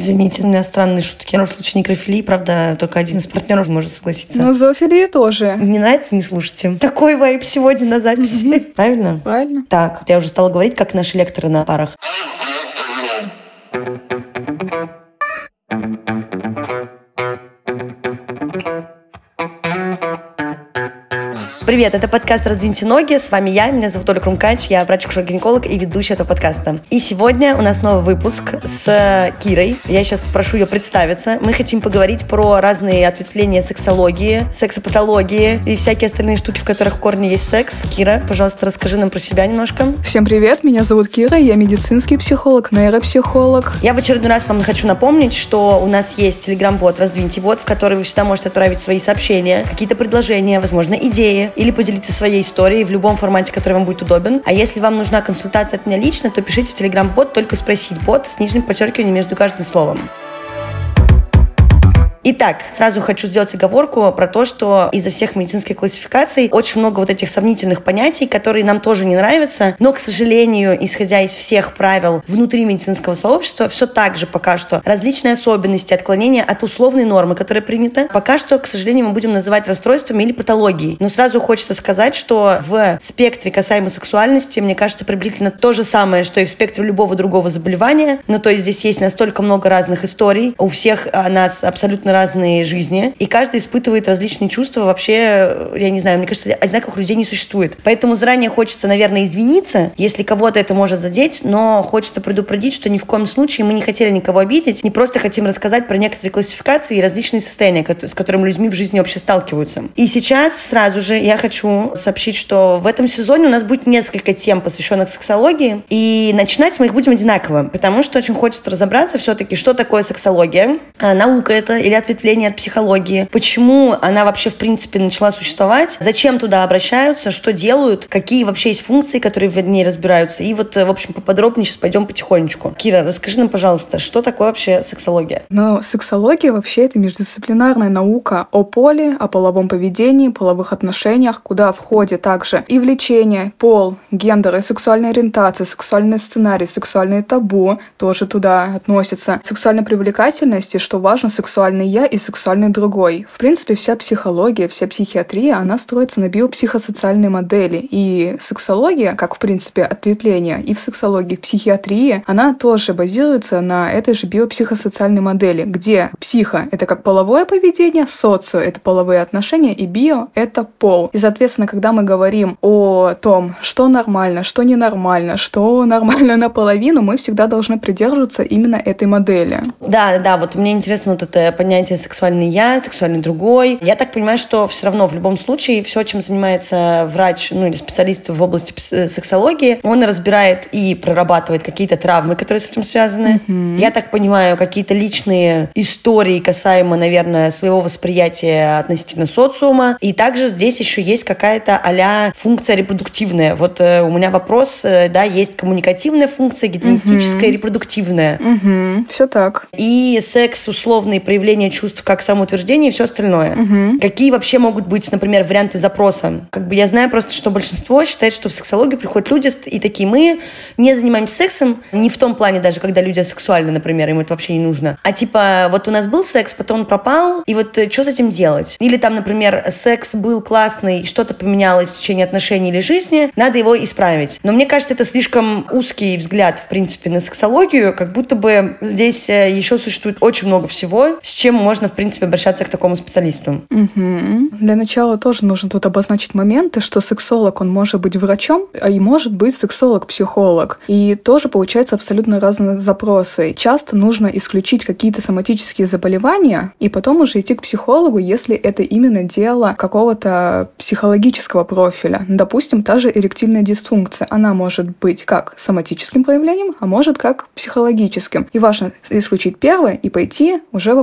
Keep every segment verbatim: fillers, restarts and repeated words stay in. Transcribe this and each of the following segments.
Извините, у меня странные шутки. В случае некрофилии, правда, только один из партнеров может согласиться. Ну, зоофилия тоже. Не нравится, не слушайте. Такой вайб сегодня на записи. Правильно? Правильно. Так, я уже стала говорить, как наши лекторы на парах. Привет, это подкаст «Раздвиньте ноги». С вами я, меня зовут Оля Крумкач, я врач-акушер-гинеколог и ведущая этого подкаста. И сегодня у нас новый выпуск с Кирой. Я сейчас попрошу ее представиться. Мы хотим поговорить про разные ответвления сексологии, сексопатологии и всякие остальные штуки, в которых в корне есть секс. Кира, пожалуйста, расскажи нам про себя немножко. Всем привет, меня зовут Кира, я медицинский психолог, нейропсихолог. Я в очередной раз вам хочу напомнить, что у нас есть телеграм-бот «Раздвиньте бот», в который вы всегда можете отправить свои сообщения, какие-то предложения, возможно, идеи, или поделиться своей историей в любом формате, который вам будет удобен. А если вам нужна консультация от меня лично, то пишите в телеграм-бот «Только спросить бот» с нижним подчеркиванием между каждым словом. Итак, сразу хочу сделать оговорку про то, что из-за всех медицинских классификаций очень много вот этих сомнительных понятий, которые нам тоже не нравятся, но, к сожалению, исходя из всех правил внутри медицинского сообщества, все так же пока что различные особенности, отклонения от условной нормы, которая принята, пока что, к сожалению, мы будем называть расстройствами или патологией. Но сразу хочется сказать, что в спектре касаемо сексуальности, мне кажется, приблизительно то же самое, что и в спектре любого другого заболевания. Ну, то есть здесь есть настолько много разных историй, у всех нас абсолютно разные жизни, и каждый испытывает различные чувства. Вообще, я не знаю, мне кажется, одинаковых людей не существует. Поэтому заранее хочется, наверное, извиниться, если кого-то это может задеть, но хочется предупредить, что ни в коем случае мы не хотели никого обидеть, не просто хотим рассказать про некоторые классификации и различные состояния, с которыми людьми в жизни вообще сталкиваются. И сейчас сразу же я хочу сообщить, что в этом сезоне у нас будет несколько тем, посвященных сексологии, и начинать мы их будем одинаково, потому что очень хочется разобраться все-таки, что такое сексология, наука это или ответвление от психологии, почему она вообще в принципе начала существовать, зачем туда обращаются, что делают, какие вообще есть функции, которые в ней разбираются. И вот, в общем, поподробнее сейчас пойдем потихонечку. Кира, расскажи нам, пожалуйста, что такое вообще сексология? Ну, сексология вообще это междисциплинарная наука о поле, о половом поведении, половых отношениях, куда входит также и влечение, пол, гендер, и сексуальная ориентация, сексуальный сценарий, сексуальные табу тоже туда относятся. Сексуальная привлекательность и, что важно, сексуальный я и сексуальный другой. В принципе, вся психология, вся психиатрия, она строится на биопсихосоциальной модели. И сексология, как, в принципе, ответвление и в сексологии, и в психиатрии, она тоже базируется на этой же биопсихосоциальной модели, где психо — это как половое поведение, социо — это половые отношения, и био — это пол. И, соответственно, когда мы говорим о том, что нормально, что ненормально, что нормально наполовину, мы всегда должны придерживаться именно этой модели. Да, да, вот мне интересно вот это понятие сексуальный я, сексуальный другой. Я так понимаю, что все равно в любом случае все, чем занимается врач, ну или специалист в области сексологии, он разбирает и прорабатывает какие-то травмы, которые с этим связаны. Mm-hmm. Я так понимаю, какие-то личные истории касаемо, наверное, своего восприятия относительно социума. И также здесь еще есть какая-то а-ля функция репродуктивная. Вот э, у меня вопрос, э, да, есть коммуникативная функция, гедонистическая, mm-hmm. репродуктивная. Mm-hmm. Все так. И секс, условные проявления чувств как самоутверждение и все остальное. Угу. Какие вообще могут быть, например, варианты запроса? Как бы я знаю просто, что большинство считает, что в сексологию приходят люди и такие: мы не занимаемся сексом, не в том плане даже, когда люди асексуальны, например, им это вообще не нужно. А типа, вот у нас был секс, потом он пропал, и вот что с этим делать? Или там, например, секс был классный, что-то поменялось в течение отношений или жизни, надо его исправить. Но мне кажется, это слишком узкий взгляд, в принципе, на сексологию, как будто бы здесь еще существует очень много всего, с чем можно, в принципе, обращаться к такому специалисту. Угу. Для начала тоже нужно тут обозначить моменты, что сексолог, он может быть врачом, а и может быть сексолог-психолог. И тоже получается абсолютно разные запросы. Часто нужно исключить какие-то соматические заболевания и потом уже идти к психологу, если это именно дело какого-то психологического профиля. Допустим, та же эректильная дисфункция. Она может быть как соматическим проявлением, а может как психологическим. И важно исключить первое и пойти уже во второе.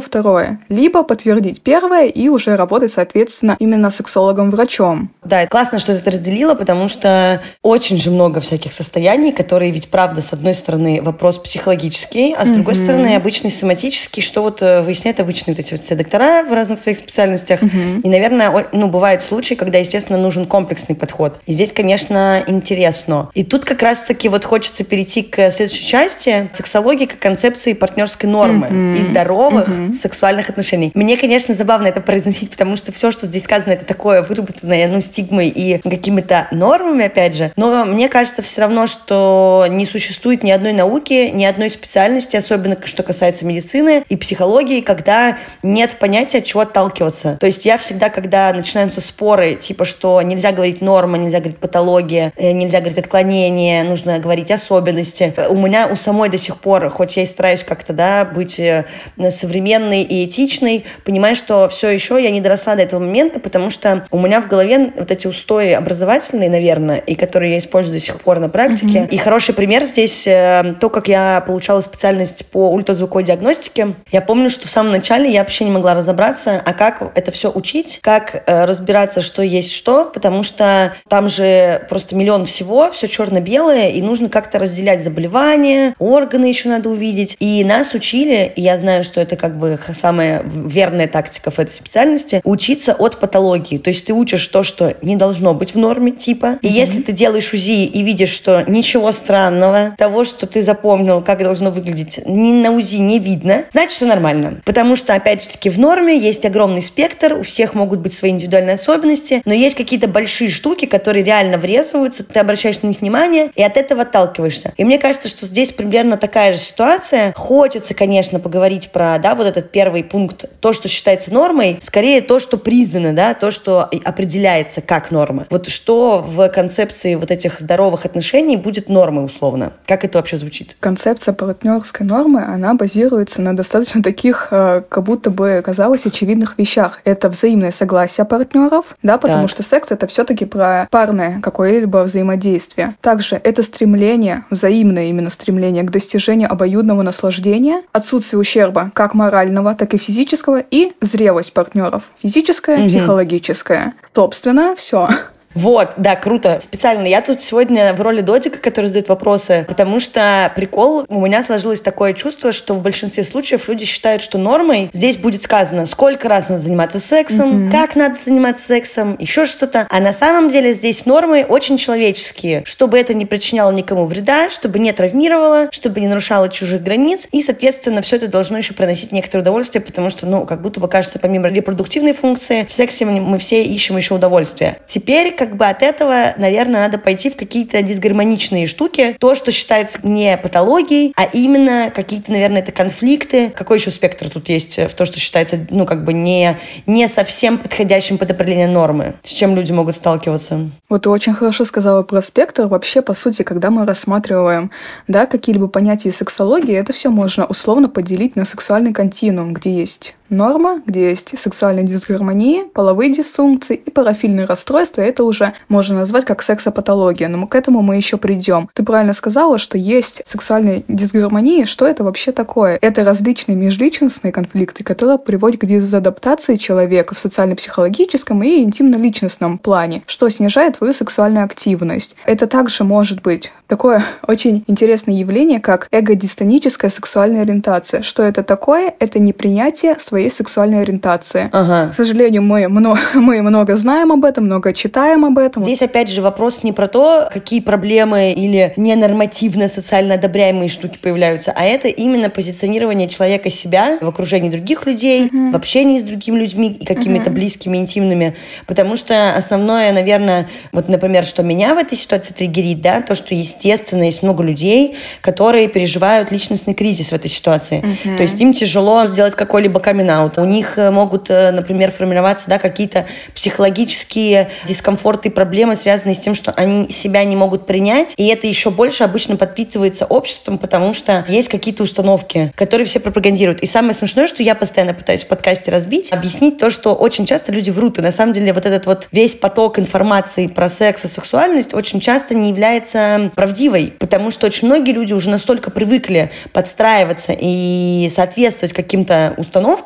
второе, либо подтвердить первое и уже работать, соответственно, именно сексологом-врачом. Да, классно, что ты это разделила, потому что очень же много всяких состояний, которые ведь, правда, с одной стороны, вопрос психологический, а с mm-hmm. другой стороны, обычный соматический, что вот выясняют обычные вот эти вот все доктора в разных своих специальностях. Mm-hmm. И, наверное, ну, бывают случаи, когда, естественно, нужен комплексный подход. И здесь, конечно, интересно. И тут как раз-таки вот хочется перейти к следующей части. Сексологии как концепции партнерской нормы mm-hmm. и здоровых mm-hmm. сексуальных отношений. Мне, конечно, забавно это произносить, потому что все, что здесь сказано, это такое выработанное, ну, стигмой и какими-то нормами, опять же. Но мне кажется все равно, что не существует ни одной науки, ни одной специальности, особенно что касается медицины и психологии, когда нет понятия, от чего отталкиваться. То есть я всегда, когда начинаются споры, типа, что нельзя говорить норма, нельзя говорить патология, нельзя говорить отклонение, нужно говорить особенности. У меня у самой до сих пор, хоть я и стараюсь как-то, да, быть современной и этичной, понимаю, что все еще я не доросла до этого момента, потому что у меня в голове вот эти устои образовательные, наверное, и которые я использую до сих пор на практике. Mm-hmm. И хороший пример здесь то, как я получала специальность по ультразвуковой диагностике. Я помню, что в самом начале я вообще не могла разобраться, а как это все учить, как э, разбираться, что есть что, потому что там же просто миллион всего, все черно-белое, и нужно как-то разделять заболевания, органы еще надо увидеть. И нас учили, и я знаю, что это как бы самая верная тактика в этой специальности, учиться от патологии. То есть ты учишь то, что не должно быть в норме, типа. И mm-hmm. если ты делаешь УЗИ и видишь, что ничего странного, того, что ты запомнил, как должно выглядеть, ни на УЗИ не видно, значит, все нормально. Потому что, опять же таки, в норме есть огромный спектр, у всех могут быть свои индивидуальные особенности, но есть какие-то большие штуки, которые реально врезываются, ты обращаешь на них внимание и от этого отталкиваешься. И мне кажется, что здесь примерно такая же ситуация. Хочется, конечно, поговорить про, да, вот этот первый пункт, то, что считается нормой, скорее то, что признано, да, то, что определяется как норма. Вот что в концепции вот этих здоровых отношений будет нормой условно? Как это вообще звучит? Концепция партнерской нормы, она базируется на достаточно таких, как будто бы казалось, очевидных вещах. Это взаимное согласие партнеров, да, потому так. что секс — это все-таки про парное какое-либо взаимодействие. Также это стремление, взаимное именно стремление к достижению обоюдного наслаждения, отсутствие ущерба как морального, так и физического, и зрелость партнеров. Физическая, угу. психологическая. Собственно, все. Вот, да, круто. Специально я тут сегодня в роли додика, который задает вопросы, потому что прикол, у меня сложилось такое чувство, что в большинстве случаев люди считают, что нормой здесь будет сказано, сколько раз надо заниматься сексом, mm-hmm. как надо заниматься сексом, еще что-то. А на самом деле здесь нормы очень человеческие, чтобы это не причиняло никому вреда, чтобы не травмировало, чтобы не нарушало чужих границ, и, соответственно, все это должно еще приносить некоторое удовольствие, потому что, ну, как будто бы кажется, помимо репродуктивной функции, в сексе мы все ищем еще удовольствие. Теперь, как бы от этого, наверное, надо пойти в какие-то дисгармоничные штуки. То, что считается не патологией, а именно какие-то, наверное, это конфликты. Какой еще спектр тут есть в то, что считается, ну, как бы не, не совсем подходящим под определение нормы? С чем люди могут сталкиваться? Вот ты очень хорошо сказала про спектр. Вообще, по сути, когда мы рассматриваем, да, какие-либо понятия сексологии, это все можно условно поделить на сексуальный континуум, где есть норма, где есть сексуальная дисгармония, половые дисфункции и парафильные расстройства. Это уже можно назвать как сексопатология, но к этому мы еще придем. Ты правильно сказала, что есть сексуальная дисгармония. Что это вообще такое? Это различные межличностные конфликты, которые приводят к дезадаптации человека в социально-психологическом и интимно-личностном плане, что снижает твою сексуальную активность. Это также может быть такое очень интересное явление, как эго-дистоническая сексуальная ориентация. Что это такое? Это непринятие своей сексуальной ориентации. Ага. К сожалению, мы много, мы много знаем об этом, много читаем об этом. Здесь, опять же, вопрос не про то, какие проблемы или ненормативно социально одобряемые штуки появляются, а это именно позиционирование человека себя в окружении других людей, uh-huh. в общении с другими людьми и какими-то uh-huh. близкими, интимными. Потому что основное, наверное, вот, например, что меня в этой ситуации триггерит, да, то, что, естественно, есть много людей, которые переживают личностный кризис в этой ситуации. Uh-huh. То есть им тяжело сделать какой-либо камин-аут. У них могут, например, формироваться, да, какие-то психологические дискомфорты и проблемы, связанные с тем, что они себя не могут принять. И это еще больше обычно подпитывается обществом, потому что есть какие-то установки, которые все пропагандируют. И самое смешное, что я постоянно пытаюсь в подкасте разбить, объяснить то, что очень часто люди врут. И на самом деле вот этот вот весь поток информации про секс и сексуальность очень часто не является правдивой, потому что очень многие люди уже настолько привыкли подстраиваться и соответствовать каким-то установкам,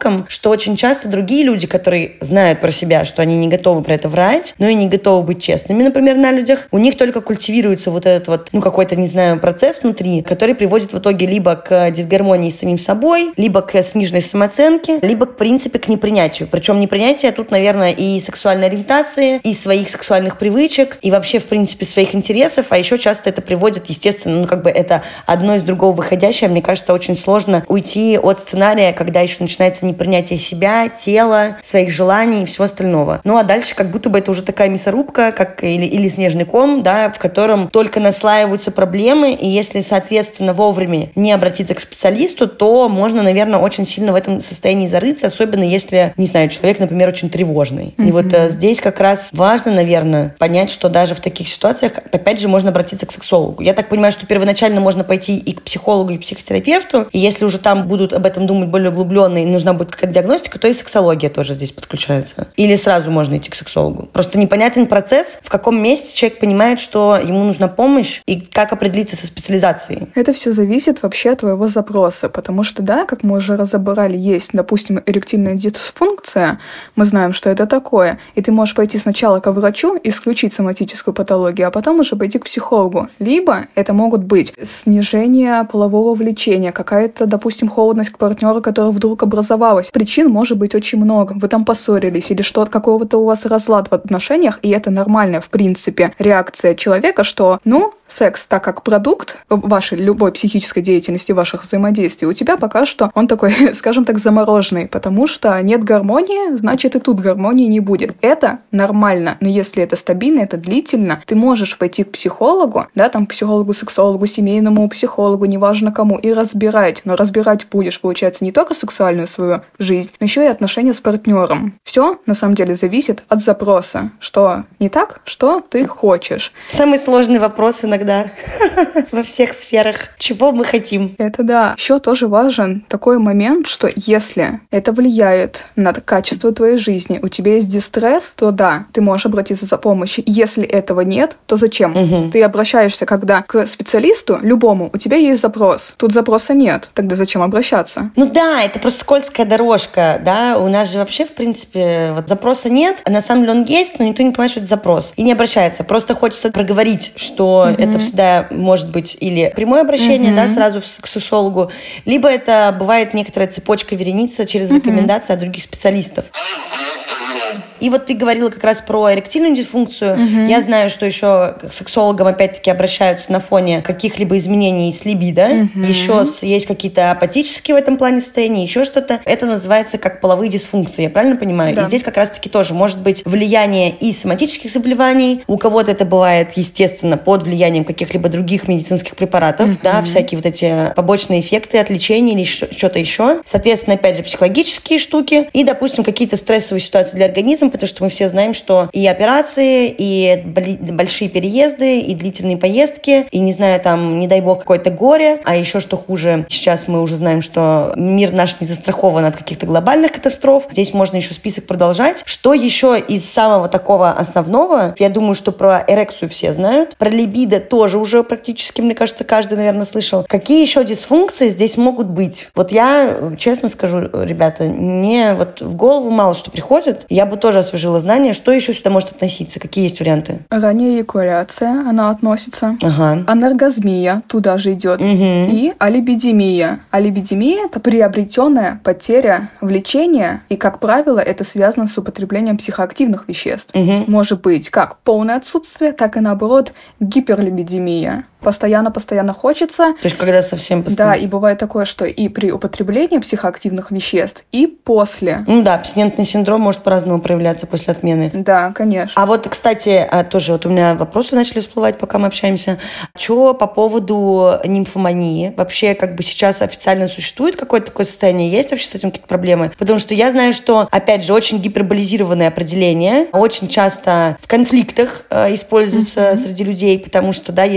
человеком, что очень часто другие люди, которые знают про себя, что они не готовы про это врать, но и не готовы быть честными, например, на людях, у них только культивируется вот этот вот, ну, какой-то, не знаю, процесс внутри, который приводит в итоге либо к дисгармонии с самим собой, либо к сниженной самооценке, либо, в принципе, к непринятию. Причем непринятие тут, наверное, и сексуальной ориентации, и своих сексуальных привычек, и вообще, в принципе, своих интересов, а еще часто это приводит, естественно, ну, как бы это одно из другого выходящее. Мне кажется, очень сложно уйти от сценария, когда еще начинается непринятие себя, тела, своих желаний и всего остального. Ну, а дальше как будто бы это уже такая мясорубка, как или, или снежный ком, да, в котором только наслаиваются проблемы, и если, соответственно, вовремя не обратиться к специалисту, то можно, наверное, очень сильно в этом состоянии зарыться, особенно если, не знаю, человек, например, очень тревожный. Mm-hmm. И вот а, здесь как раз важно, наверное, понять, что даже в таких ситуациях, опять же, можно обратиться к сексологу. Я так понимаю, что первоначально можно пойти и к психологу, и к психотерапевту, и если уже там будут об этом думать более углубленно, и нужна будет какая-то диагностика, то и сексология тоже здесь подключается. Или сразу можно идти к сексологу. Просто непонятен процесс, в каком месте человек понимает, что ему нужна помощь, и как определиться со специализацией. Это все зависит вообще от твоего запроса, потому что, да, как мы уже разобрали, есть, допустим, эректильная дисфункция, мы знаем, что это такое, и ты можешь пойти сначала к врачу, исключить соматическую патологию, а потом уже пойти к психологу. Либо это могут быть снижение полового влечения, какая-то, допустим, холодность к партнеру, которая вдруг образовалась. Причин может быть очень много. Вы там поссорились, или что-то, какого-то у вас разлад в отношениях, и это нормальная, в принципе, реакция человека, что, ну, секс, так как продукт вашей любой психической деятельности, ваших взаимодействий, у тебя пока что он такой, скажем так, замороженный, потому что нет гармонии, значит и тут гармонии не будет. Это нормально, но если это стабильно, это длительно, ты можешь пойти к психологу, да, там, психологу, сексологу, семейному психологу, неважно кому, и разбирать, но разбирать будешь, получается, не только сексуальную свою жизнь, но еще и отношения с партнером. Все, на самом деле, зависит от запроса, что не так, что ты хочешь. Самый сложный вопрос иногда во всех сферах. Чего мы хотим? Это да. Еще тоже важен такой момент, что если это влияет на качество твоей жизни, у тебя есть дистресс, то да, ты можешь обратиться за помощью. Если этого нет, то зачем? Угу. Ты обращаешься, когда к специалисту, любому, у тебя есть запрос. Тут запроса нет. Тогда зачем обращаться? Ну да, это просто скользкая дорожка, да. У нас же вообще, в принципе, вот запроса нет, а на самом деле он есть, но никто не понимает, что это запрос. И не обращается. Просто хочется проговорить, что угу. это всегда может быть или прямое обращение, mm-hmm. да, сразу к сексологу, либо это бывает некоторая цепочка вереница через mm-hmm. рекомендации от других специалистов. И вот ты говорила как раз про эректильную дисфункцию. Угу. Я знаю, что еще к сексологам опять-таки обращаются на фоне каких-либо изменений с либидо. Угу. Еще есть какие-то апатические в этом плане состояния, еще что-то. Это называется как половые дисфункции, я правильно понимаю? Да. И здесь как раз-таки тоже может быть влияние и соматических заболеваний. У кого-то это бывает, естественно, под влиянием каких-либо других медицинских препаратов, угу. да, всякие вот эти побочные эффекты от лечения или что-то еще. Соответственно, опять же, психологические штуки и, допустим, какие-то стрессовые ситуации для организма, потому что мы все знаем, что и операции, и большие переезды, и длительные поездки, и, не знаю, там, не дай бог, какое-то горе, а еще что хуже, сейчас мы уже знаем, что мир наш не застрахован от каких-то глобальных катастроф. Здесь можно еще список продолжать. Что еще из самого такого основного? Я думаю, что про эрекцию все знают. Про либидо тоже уже практически, мне кажется, каждый, наверное, слышал. Какие еще дисфункции здесь могут быть? Вот я, честно скажу, ребята, мне вот в голову мало что приходит. Я бы тоже освежила знания. Что еще сюда может относиться? Какие есть варианты? Ранняя эякуляция, она относится. Ага. Аноргазмия туда же идет. Угу. И алибидемия. Алибидемия – это приобретенная потеря влечения, и, как правило, это связано с употреблением психоактивных веществ. Угу. Может быть как полное отсутствие, так и, наоборот, гиперлибидемия. Постоянно-постоянно хочется. То есть, когда совсем постоянно. Да, и бывает такое, что и при употреблении психоактивных веществ, и после. Ну да, абстинентный синдром может по-разному проявляться после отмены. Да, конечно. А вот, кстати, тоже вот у меня вопросы начали всплывать, пока мы общаемся. Что по поводу нимфомании? Вообще, как бы сейчас официально существует какое-то такое состояние? Есть вообще с этим какие-то проблемы? Потому что я знаю, что, опять же, очень гиперболизированное определение, очень часто в конфликтах э, используется mm-hmm. среди людей, потому что, да, если не сходит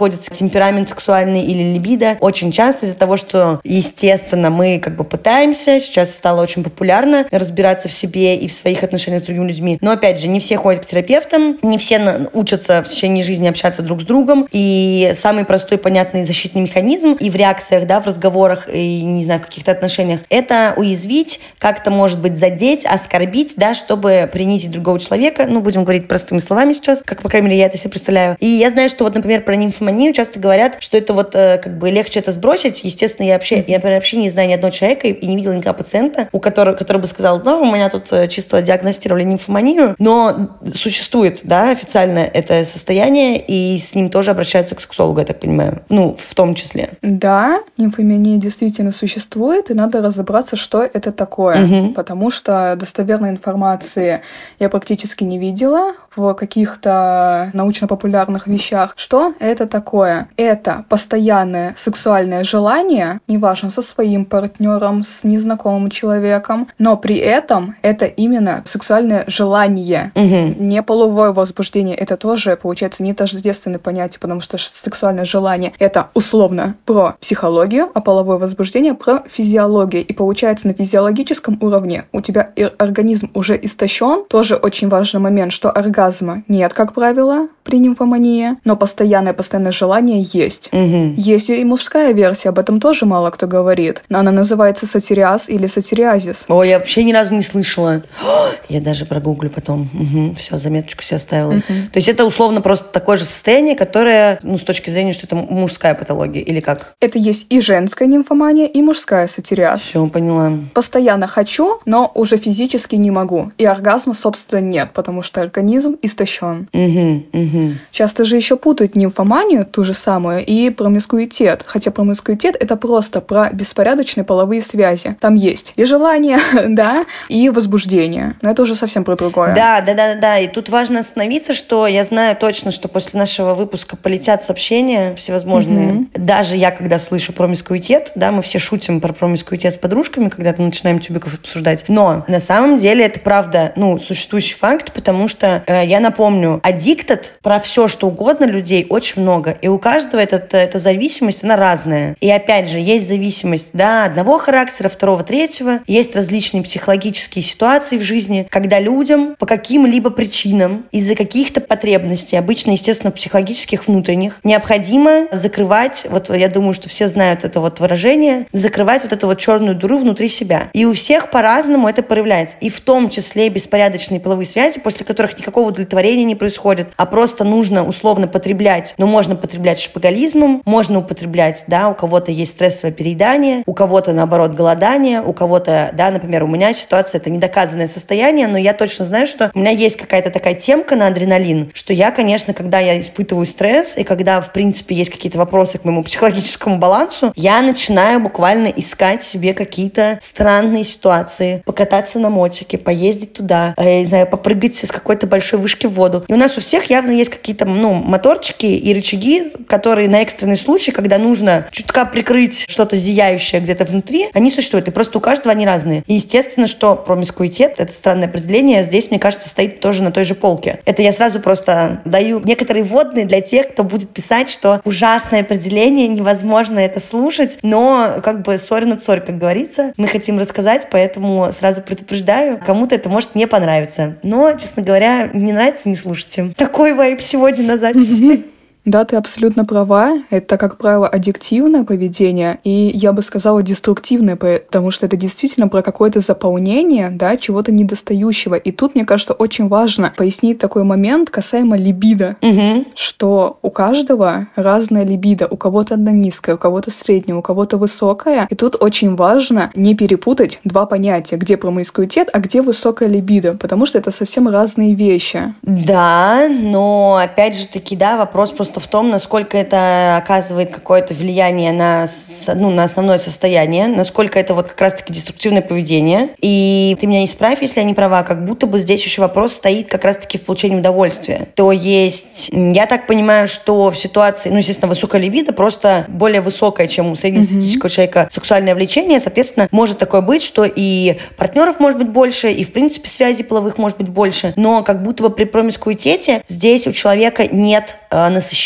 расходится темперамент сексуальный или либидо. Очень часто из-за того, что, естественно, мы как бы пытаемся, сейчас стало очень популярно разбираться в себе и в своих отношениях с другими людьми. Но, опять же, не все ходят к терапевтам, не все учатся в течение жизни общаться друг с другом. И самый простой, понятный защитный механизм и в реакциях, да, в разговорах, и, не знаю, в каких-то отношениях, это уязвить, как-то, может быть, задеть, оскорбить, да, чтобы принизить другого человека. Ну, будем говорить простыми словами сейчас, как, по крайней мере, я это себе представляю. И я знаю, что вот, например, про нимфоманию часто говорят, что это вот как бы легче это сбросить. Естественно, я вообще, я, например, вообще не знаю ни одного человека и не видела никакого пациента, у которого, который бы сказал, ну, у меня тут чисто диагностировали нимфоманию, но существует, да, официально это состояние, и с ним тоже обращаются к сексологу, я так понимаю. Ну, в том числе. Да, нимфомания действительно существует, и надо разобраться, что это такое. Угу. Потому что достоверной информации я практически не видела в каких-то научно-популярных вещах. Что это такое? Это постоянное сексуальное желание, неважно, со своим партнером, с незнакомым человеком, но при этом это именно сексуальное желание, угу. не половое возбуждение. Это тоже, получается, не тождественное понятие, потому что сексуальное желание — это условно про психологию, а половое возбуждение — про физиологию. И получается, на физиологическом уровне у тебя организм уже истощен. Тоже очень важный момент, что оргазма нет, как правило, при нимфомании, но постоянное-постоянное желание есть. Угу. Есть и мужская версия, об этом тоже мало кто говорит. Она называется сатириаз или сатириазис. Ой, я вообще ни разу не слышала. Я даже прогуглю потом. Угу. Все, заметочку себе оставила. Угу. То есть это условно просто такое же состояние, которое, ну, с точки зрения, что это мужская патология, или как? Это есть и женская нимфомания, и мужская сатириаз. Все, поняла. Постоянно хочу, но уже физически не могу. И оргазма, собственно, нет, потому что организм истощен. Угу, угу. Часто же еще путают нимфоманию, ту же самую, и промискуитет. Хотя промискуитет — это просто про беспорядочные половые связи. Там есть и желание, да, и возбуждение. Но это уже совсем про другое. Да, да, да, да. И тут важно остановиться, что я знаю точно, что после нашего выпуска полетят сообщения всевозможные. Угу. Даже я, когда слышу промискуитет, да, мы все шутим про промискуитет с подружками, когда мы начинаем тюбиков обсуждать. Но на самом деле это правда, ну, существующий факт, потому что э, я напомню, addicted про все, что угодно людей очень много. И у каждого этот, эта зависимость, она разная. И опять же, есть зависимость, да, одного характера, второго, третьего. Есть различные психологические ситуации в жизни, когда людям по каким-либо причинам, из-за каких-то потребностей, обычно, естественно, психологических, внутренних, необходимо закрывать, вот я думаю, что все знают это вот выражение, закрывать вот эту вот черную дыру внутри себя. И у всех по-разному это проявляется. И в том числе беспорядочные половые связи, после которых никакого удовлетворения не происходит, а просто нужно условно потреблять. Но можно потреблять шопоголизмом, можно употреблять, да, у кого-то есть стрессовое переедание, у кого-то, наоборот, голодание, у кого-то, да, например, у меня ситуация, это недоказанное состояние, но я точно знаю, что у меня есть какая-то такая темка на адреналин, что я, конечно, когда я испытываю стресс, и когда, в принципе, есть какие-то вопросы к моему психологическому балансу, я начинаю буквально искать себе какие-то странные ситуации, покататься на мотике, поездить туда, я не знаю, попрыгать с какой-то большой вышки в воду. И у нас у всех явно есть какие-то, ну, моторчики и рычаги, которые на экстренный случай, когда нужно чутка прикрыть что-то зияющее где-то внутри, они существуют. И просто у каждого они разные. И естественно, что промискуитет, это странное определение, здесь, мне кажется, стоит тоже на той же полке. Это я сразу просто даю некоторые вводные для тех, кто будет писать, что ужасное определение, невозможно это слушать, но как бы sorry not sorry, как говорится. Мы хотим рассказать, поэтому сразу предупреждаю, кому-то это может не понравиться. Но, честно говоря, не нравится, не слушайте. Такой вайб сегодня на записи. Да, ты абсолютно права. Это, как правило, аддиктивное поведение, и я бы сказала деструктивное, потому что это действительно про какое-то заполнение, да, чего-то недостающего. И тут, мне кажется, очень важно пояснить такой момент касаемо либидо, угу. что у каждого разная либидо. У кого-то одна низкая, у кого-то средняя, у кого-то высокая. И тут очень важно не перепутать два понятия, где промискуитет, а где высокая либидо, потому что это совсем разные вещи. Да, но опять же таки, да, вопрос просто в том, насколько это оказывает какое-то влияние на, ну, на основное состояние, насколько это вот как раз-таки деструктивное поведение. И ты меня исправь, если я не права, как будто бы здесь еще вопрос стоит как раз-таки в получении удовольствия. То есть, я так понимаю, что в ситуации, ну, естественно, высокая либидо просто более высокая, чем у среднестатистического mm-hmm. человека сексуальное влечение. Соответственно, может такое быть, что и партнеров может быть больше, и, в принципе, связей половых может быть больше. Но как будто бы при промискуитете здесь у человека нет э, насыщения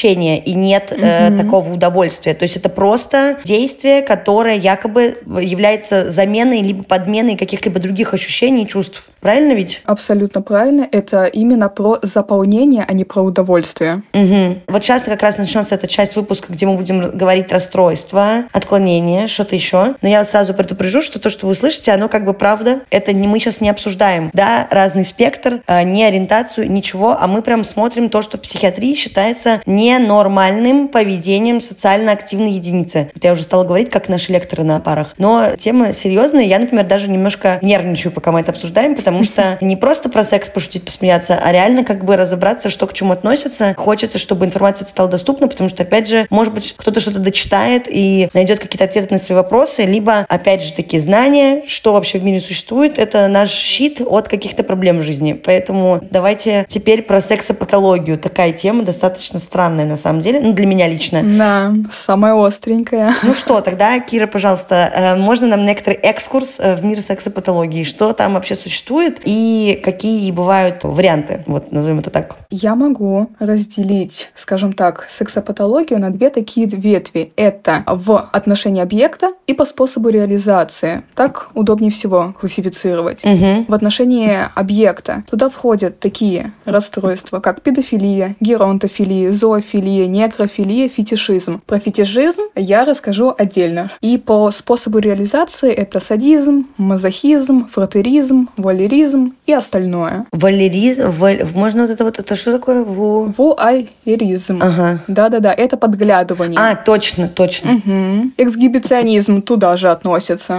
ощущения и нет угу. э, такого удовольствия. То есть это просто действие, которое якобы является заменой либо подменой каких-либо других ощущений и чувств. Правильно ведь? Абсолютно правильно. Это именно про заполнение, а не про удовольствие. Угу. Вот сейчас как раз начнется эта часть выпуска, где мы будем говорить расстройства, отклонения, что-то еще. Но я сразу предупрежу, что то, что вы слышите, оно как бы правда. Это не мы сейчас не обсуждаем, да, разный спектр, не ориентацию, ничего, а мы прям смотрим то, что в психиатрии считается ненормальным поведением социально активной единицы. Вот я уже стала говорить, как наши лекторы на парах. Но тема серьезная. Я, например, даже немножко нервничаю, пока мы это обсуждаем, потому Потому что не просто про секс пошутить, посмеяться, а реально как бы разобраться, что к чему относится. Хочется, чтобы информация стала доступна, потому что, опять же, может быть, кто-то что-то дочитает и найдет какие-то ответы на свои вопросы, либо, опять же, такие знания, что вообще в мире существует, это наш щит от каких-то проблем в жизни. Поэтому давайте теперь про сексопатологию. Такая тема достаточно странная, на самом деле, ну, для меня лично. Да, самая остренькая. Ну что, тогда, Кира, пожалуйста, можно нам некоторый экскурс в мир сексопатологии? Что там вообще существует? И какие бывают варианты, вот назовем это так. Я могу разделить, скажем так, сексопатологию на две такие ветви. Это в отношении объекта и по способу реализации. Так удобнее всего классифицировать. Угу. В отношении объекта туда входят такие расстройства, как педофилия, геронтофилия, зоофилия, некрофилия, фетишизм. Про фетишизм я расскажу отдельно. И по способу реализации это садизм, мазохизм, фротеризм, вуалеризм и остальное. Валеризм, валь... можно вот это вот, это что такое? Ву... Вуалеризм. Ага. Да-да-да, это подглядывание. А, точно, точно. Угу. Эксгибиционизм туда же относится.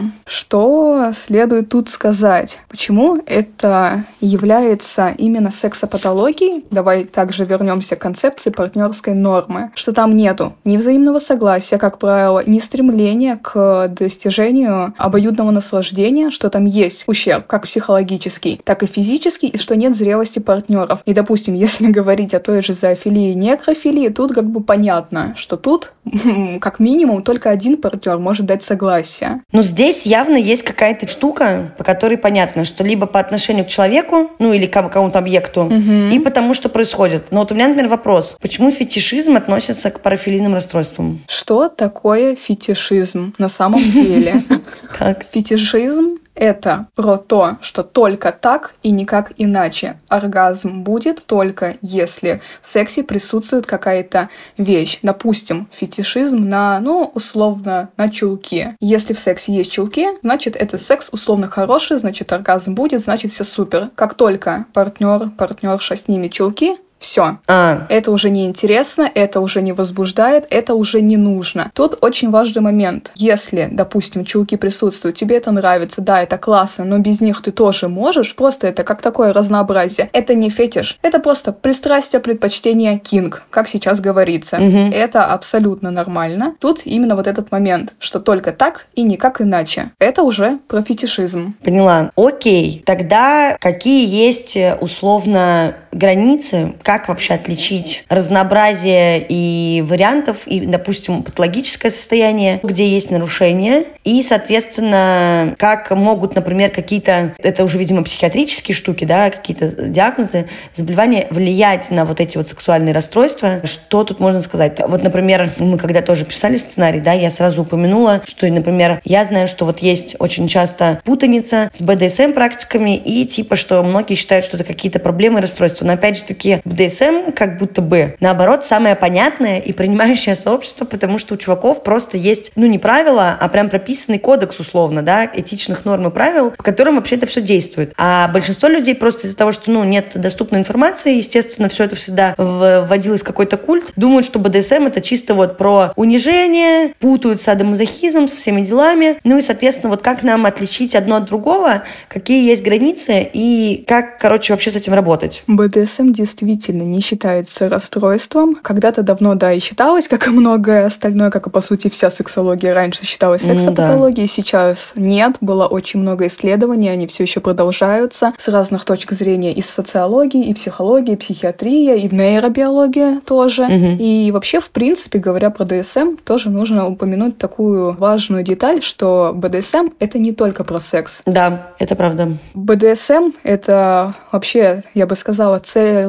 Что следует тут сказать? Почему это является именно сексопатологией? Давай также вернемся к концепции партнерской нормы. Что там нету ни взаимного согласия, как правило, ни стремления к достижению обоюдного наслаждения, что там есть ущерб, как психологический, так и физический, и что нет зрелости партнеров. И, допустим, если говорить о той же зоофилии и некрофилии, тут как бы понятно, что тут как минимум только один партнер может дать согласие. Но здесь явно есть какая-то штука, по которой понятно, что либо по отношению к человеку, ну или к какому-то объекту, угу. и потому что происходит. Но вот у меня, например, вопрос. Почему фетишизм относится к парафилийным расстройствам? Что такое фетишизм на самом деле? Фетишизм — это про то, что только так и никак иначе. Оргазм будет только если в сексе присутствует какая-то вещь. Допустим, фетишизм на, ну, условно, на чулке. Если в сексе есть чулки, значит, это секс условно хороший, значит, оргазм будет, значит, все супер. Как только партнер, партнерша снимет чулки, все. А. Это уже не интересно, это уже не возбуждает, это уже не нужно. Тут очень важный момент. Если, допустим, чулки присутствуют, тебе это нравится, да, это классно, но без них ты тоже можешь, просто это как такое разнообразие. Это не фетиш, это просто пристрастие, предпочтение, кинг, как сейчас говорится. Угу. Это абсолютно нормально. Тут именно вот этот момент, что только так и никак иначе. Это уже про фетишизм. Поняла. Окей. Тогда какие есть условно границы, как вообще отличить разнообразие и вариантов, и, допустим, патологическое состояние, где есть нарушения, и, соответственно, как могут, например, какие-то, это уже, видимо, психиатрические штуки, да, какие-то диагнозы, заболевания влиять на вот эти вот сексуальные расстройства. Что тут можно сказать? Вот, например, мы когда тоже писали сценарий, да, я сразу упомянула, что, например, я знаю, что вот есть очень часто путаница с бэ дэ эс эм-практиками, и типа, что многие считают, что это какие-то проблемы и расстройства. Но, опять же таки, бэ дэ эс эм как будто бы, наоборот, самое понятное и принимающее сообщество, потому что у чуваков просто есть, ну, не правила, а прям прописанный кодекс, условно, да, этичных норм и правил, по которым вообще это все действует. А большинство людей просто из-за того, что, ну, нет доступной информации, естественно, все это всегда вводилось в какой-то культ, думают, что бэ дэ эс эм это чисто вот про унижение, путают с садомазохизмом, со всеми делами. Ну и, соответственно, вот как нам отличить одно от другого, какие есть границы и как, короче, вообще с этим работать? бэ дэ эс эм действительно не считается расстройством. Когда-то давно, да, и считалось, как и многое остальное, как и, по сути, вся сексология раньше считалась сексопатологией. Mm, да. Сейчас нет. Было очень много исследований, они все еще продолжаются с разных точек зрения из социологии, и психологии, и психиатрия, и нейробиология тоже. Mm-hmm. И вообще, в принципе, говоря про дэ эс эм, тоже нужно упомянуть такую важную деталь, что бэ дэ эс эм — это не только про секс. Да, это правда. бэ дэ эс эм — это вообще, я бы сказала, целый отдельный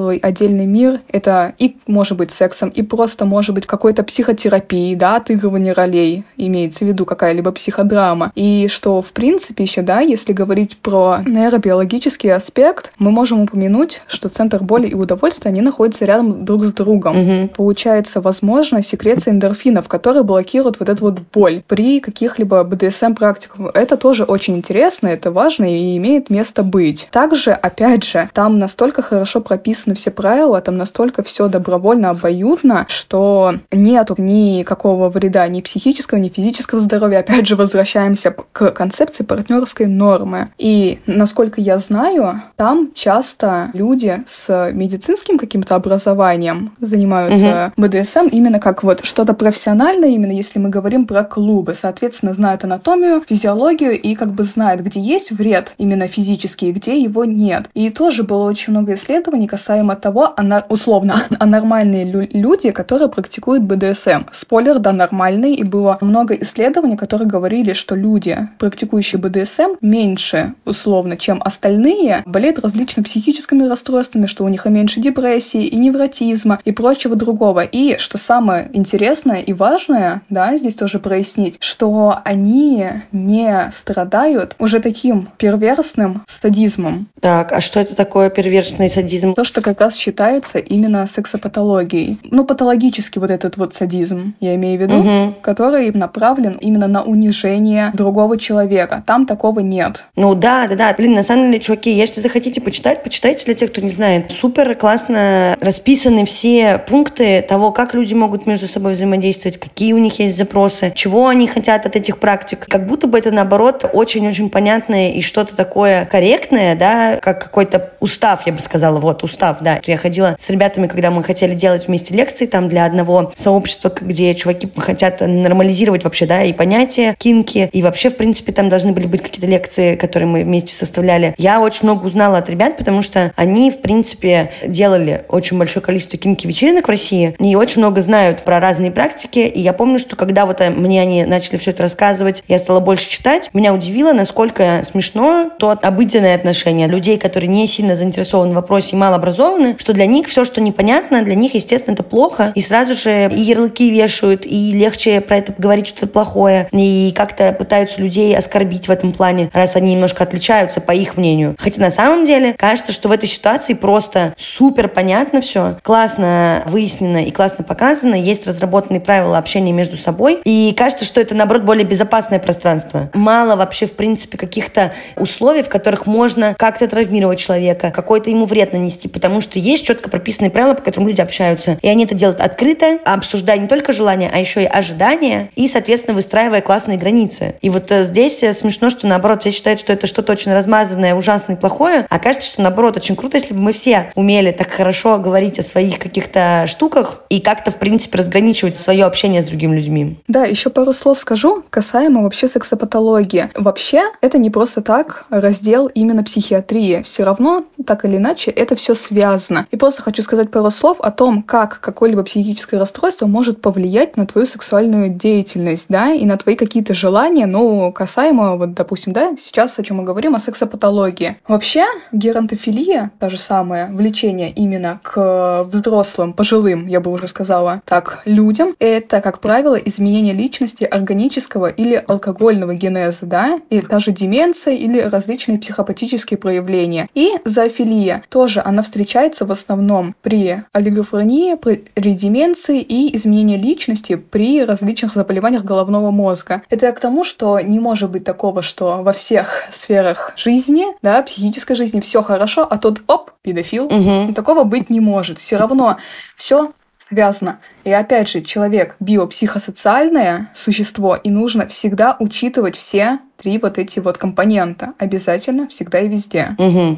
отдельный мир. Это и может быть сексом, и просто может быть какой-то психотерапией, да, отыгрывание ролей, имеется в виду какая-либо психодрама. И что, в принципе, еще, да, если говорить про нейробиологический аспект, мы можем упомянуть, что центр боли и удовольствия, они находятся рядом друг с другом. Mm-hmm. Получается, возможно, секреция эндорфинов, которые блокируют вот эту вот боль при каких-либо бэ дэ эс эм-практиках. Это тоже очень интересно, это важно и имеет место быть. Также, опять же, там настолько хорошо прописаны все правила, там настолько все добровольно, обоюдно, что нету никакого вреда ни психического, ни физического здоровья. Опять же, возвращаемся к концепции партнерской нормы. И, насколько я знаю, там часто люди с медицинским каким-то образованием занимаются угу. бэ дэ эс эм именно как вот что-то профессиональное, именно если мы говорим про клубы. Соответственно, знают анатомию, физиологию и как бы знают, где есть вред именно физический, где его нет. И тоже было очень много исследований касаемо того, условно, анормальные люди, которые практикуют бэ дэ эс эм. Спойлер, да, нормальный. И было много исследований, которые говорили, что люди, практикующие бэ дэ эс эм, меньше, условно, чем остальные, болеют различными психическими расстройствами, что у них и меньше депрессии, и невротизма, и прочего другого. И, что самое интересное и важное, да, здесь тоже прояснить, что они не страдают уже таким перверсным садизмом. Так, а что это такое перверсный садизм? То, что как раз считается именно сексопатологией. Ну, патологический вот этот вот садизм, я имею в виду, угу. который направлен именно на унижение другого человека. Там такого нет. Ну да, да, да. Блин, на самом деле, чуваки, если захотите почитать, почитайте для тех, кто не знает. Супер классно расписаны все пункты того, как люди могут между собой взаимодействовать, какие у них есть запросы, чего они хотят от этих практик. Как будто бы это, наоборот, очень-очень понятное и что-то такое корректное, да, как какой-то устав, я бы сказала, вот, устав, да. Я ходила с ребятами, когда мы хотели делать вместе лекции там для одного сообщества, где чуваки хотят нормализировать вообще, да, и понятия кинки, и вообще, в принципе, там должны были быть какие-то лекции, которые мы вместе составляли. Я очень много узнала от ребят, потому что они, в принципе, делали очень большое количество кинки-вечеринок в России и очень много знают про разные практики, и я помню, что когда вот мне они начали все это рассказывать, я стала больше читать, меня удивило, насколько смешно то обыденное отношение людей, которые не сильно заинтересованы в вопросе и малообразованы, что для них все, что непонятно, для них, естественно, это плохо, и сразу же и ярлыки вешают, и легче про это говорить что-то плохое, и как-то пытаются людей оскорбить в этом плане, раз они немножко отличаются, по их мнению. Хотя на самом деле кажется, что в этой ситуации просто супер понятно все, классно выяснено и классно показано, есть разработанные правила общения между собой, и кажется, что это, наоборот, более безопасное пространство. Мало вообще, в принципе, каких-то условий, в которых можно как-то травмировать человека, какой-то ему вред нанести, потому что есть четко прописанные правила, по которым люди общаются, и они это делают открыто, обсуждая не только желания, а еще и ожидания, и, соответственно, выстраивая классные границы. И вот здесь смешно, что, наоборот, все считают, что это что-то очень размазанное, ужасное и плохое, а кажется, что, наоборот, очень круто, если бы мы все умели так хорошо говорить о своих каких-то штуках и как-то, в принципе, разграничивать свое общение с другими людьми. Да, еще пару слов скажу касаемо вообще сексопатологии. Вообще, это не просто так раздел именно психиатрии. Все равно, так или иначе, это все связано. И просто хочу сказать пару слов о том, как какое-либо психическое расстройство может повлиять на твою сексуальную деятельность, да, и на твои какие-то желания, ну, касаемо, вот, допустим, да, сейчас о чем мы говорим, о сексопатологии. Вообще, геронтофилия, та же самая, влечение именно к взрослым, пожилым, я бы уже сказала, так, людям, это, как правило, изменение личности органического или алкогольного генеза, да, и та же деменция или различные психопатические проявления. И зоофилия тоже, она встречается в основном при олигофрении, при деменции и изменении личности при различных заболеваниях головного мозга. Это к тому, что не может быть такого, что во всех сферах жизни, да, психической жизни все хорошо, а тут оп, педофил. Угу. Такого быть не может. Все равно все связано. И опять же, человек биопсихосоциальное существо, и нужно всегда учитывать все три вот эти вот компонента. Обязательно, всегда и везде. Угу.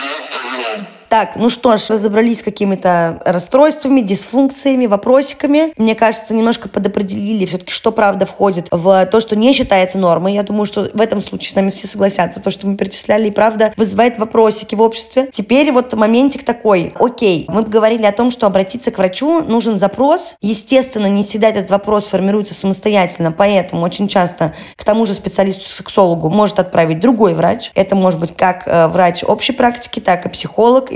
Так, ну что ж, разобрались с какими-то расстройствами, дисфункциями, вопросиками. Мне кажется, немножко подопределили все-таки, что правда входит в то, что не считается нормой. Я думаю, что в этом случае с нами все согласятся. То, что мы перечисляли, и правда вызывает вопросики в обществе. Теперь вот моментик такой. Окей, мы говорили о том, что обратиться к врачу нужен запрос. Естественно, не всегда этот вопрос формируется самостоятельно, поэтому очень часто к тому же специалисту-сексологу может отправить другой врач. Это может быть как врач общей практики, так и психолог,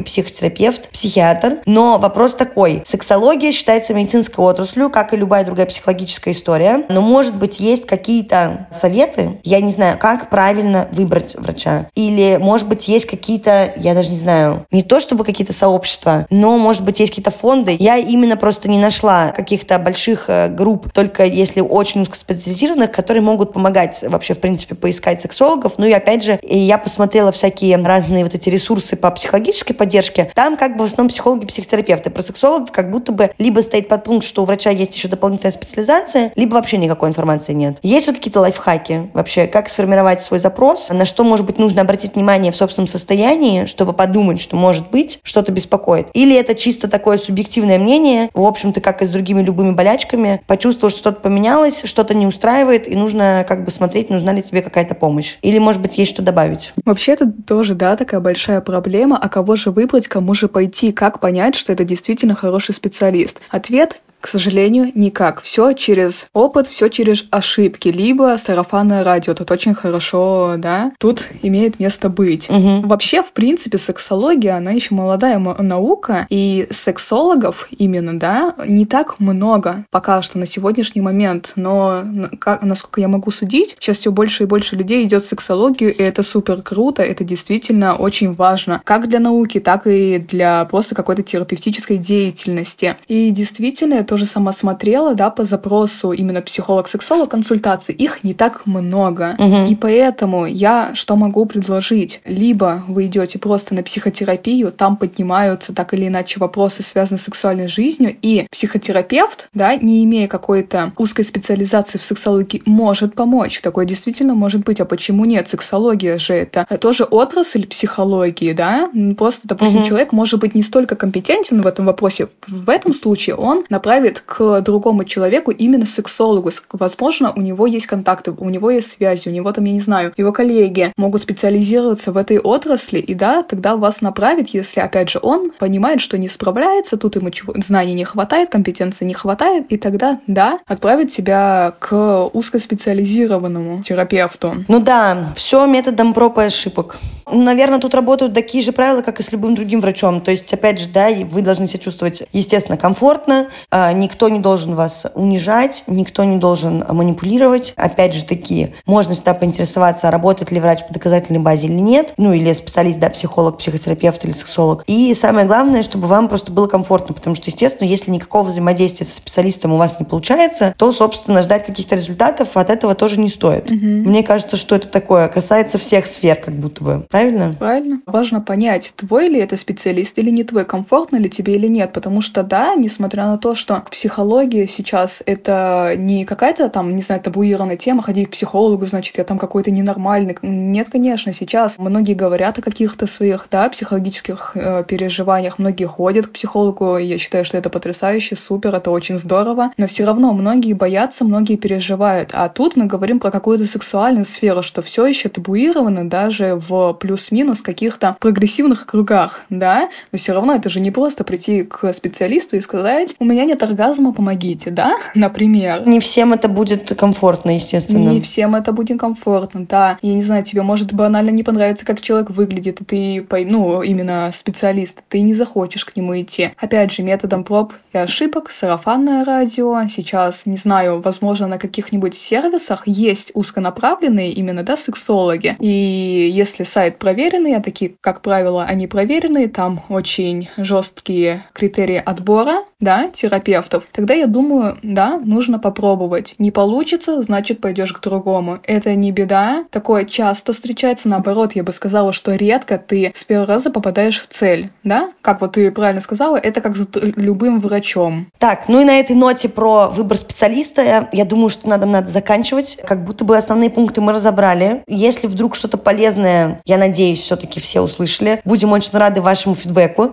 психотерапевт, психиатр. Но вопрос такой. Сексология считается медицинской отраслью, как и любая другая психологическая история. Но, может быть, есть какие-то советы, я не знаю, как правильно выбрать врача. Или, может быть, есть какие-то, я даже не знаю, не то чтобы какие-то сообщества, но, может быть, есть какие-то фонды. Я именно просто не нашла каких-то больших групп, только если очень узкоспециализированных, которые могут помогать вообще, в принципе, поискать сексологов. Ну и, опять же, я посмотрела всякие разные вот эти ресурсы по психологической поддержке. Там как бы в основном психологи, психотерапевты. Про сексологов как будто бы либо стоит подпункт, что у врача есть еще дополнительная специализация, либо вообще никакой информации нет. Есть вот какие-то лайфхаки вообще, как сформировать свой запрос, на что, может быть, нужно обратить внимание в собственном состоянии, чтобы подумать, что, может быть, что-то беспокоит. Или это чисто такое субъективное мнение, в общем-то, как и с другими любыми болячками, почувствовал, что что-то поменялось, что-то не устраивает, и нужно как бы смотреть, нужна ли тебе какая-то помощь. Или, может быть, есть что добавить. Вообще, это тоже, да, такая большая проблема. А кого же выбрать, кому же пойти, как понять, что это действительно хороший специалист? Ответ — к сожалению, никак. Все через опыт, все через ошибки. Либо сарафанное радио. Тут очень хорошо, да, тут имеет место быть. Угу. Вообще, в принципе, сексология, она еще молодая наука, и сексологов именно, да, не так много пока что на сегодняшний момент. Но, как, насколько я могу судить, сейчас все больше и больше людей идет в сексологию, и это супер круто, это действительно очень важно. Как для науки, так и для просто какой-то терапевтической деятельности. И действительно, это тоже сама смотрела, да, по запросу именно психолог-сексолог консультаций, их не так много. Угу. И поэтому я что могу предложить? Либо вы идете просто на психотерапию, там поднимаются так или иначе вопросы, связанные с сексуальной жизнью, и психотерапевт, да, не имея какой-то узкой специализации в сексологии, может помочь. Такое действительно может быть. А почему нет? Сексология же это тоже отрасль психологии, да? Просто, допустим, угу. человек может быть не столько компетентен в этом вопросе. В этом случае он направит к другому человеку, именно сексологу. Возможно, у него есть контакты, у него есть связи, у него там, я не знаю, его коллеги могут специализироваться в этой отрасли, и да, тогда вас направит, если, опять же, он понимает, что не справляется, тут ему чего, знаний не хватает, компетенции не хватает, и тогда, да, отправит тебя к узкоспециализированному терапевту. Ну да, все методом проб и ошибок. Наверное, тут работают такие же правила, как и с любым другим врачом. То есть, опять же, да, вы должны себя чувствовать, естественно, комфортно, никто не должен вас унижать, никто не должен манипулировать. Опять же таки, можно всегда поинтересоваться, работает ли врач по доказательной базе или нет, ну или специалист, да, психолог, психотерапевт или сексолог. И самое главное, чтобы вам просто было комфортно, потому что, естественно, если никакого взаимодействия со специалистом у вас не получается, то, собственно, ждать каких-то результатов от этого тоже не стоит. Угу. Мне кажется, что это такое, касается всех сфер, как будто бы. Правильно? Правильно. Важно понять, твой ли это специалист или не твой, комфортно ли тебе или нет, потому что, да, несмотря на то, что психология сейчас это не какая-то там, не знаю, табуированная тема, ходить к психологу, значит, я там какой-то ненормальный. Нет, конечно, сейчас многие говорят о каких-то своих, да, психологических э, переживаниях, многие ходят к психологу, и я считаю, что это потрясающе, супер, это очень здорово, но все равно многие боятся, многие переживают, а тут мы говорим про какую-то сексуальную сферу, что все еще табуировано даже в плюс-минус каких-то прогрессивных кругах, да, но все равно это же не просто прийти к специалисту и сказать, у меня нет оргазма, помогите, да, например. Не всем это будет комфортно, естественно. Не всем это будет комфортно, да. Я не знаю, тебе может банально не понравится, как человек выглядит, и ты, ну, именно специалист, ты не захочешь к нему идти. Опять же, методом проб и ошибок, сарафанное радио. Сейчас, не знаю, возможно, на каких-нибудь сервисах есть узконаправленные именно, да, сексологи. И если сайт проверенный, а такие, как правило, они проверенные, там очень жесткие критерии отбора, да, терапевтов, тогда я думаю, да, нужно попробовать. Не получится, значит, пойдешь к другому. Это не беда. Такое часто встречается. Наоборот, я бы сказала, что редко ты с первого раза попадаешь в цель, да? Как вот ты правильно сказала, это как с любым врачом. Так, ну и на этой ноте про выбор специалиста, я думаю, что надо, надо заканчивать. Как будто бы основные пункты мы разобрали. Если вдруг что-то полезное, я надеюсь, все-таки все услышали. Будем очень рады вашему фидбэку.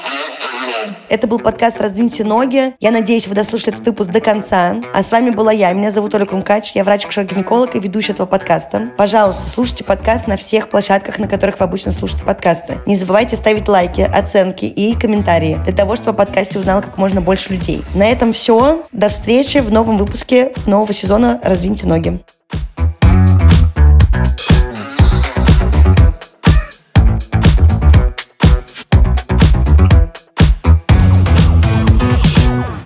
Это был подкаст «Раздвиньте ноги». Я надеюсь, вы дослушали этот выпуск до конца. А с вами была я. Меня зовут Оля Крумкач. Я врач-акушер-гинеколог и ведущая этого подкаста. Пожалуйста, слушайте подкаст на всех площадках, на которых вы обычно слушаете подкасты. Не забывайте ставить лайки, оценки и комментарии для того, чтобы о подкасте узнало как можно больше людей. На этом все. До встречи в новом выпуске нового сезона «Раздвиньте ноги».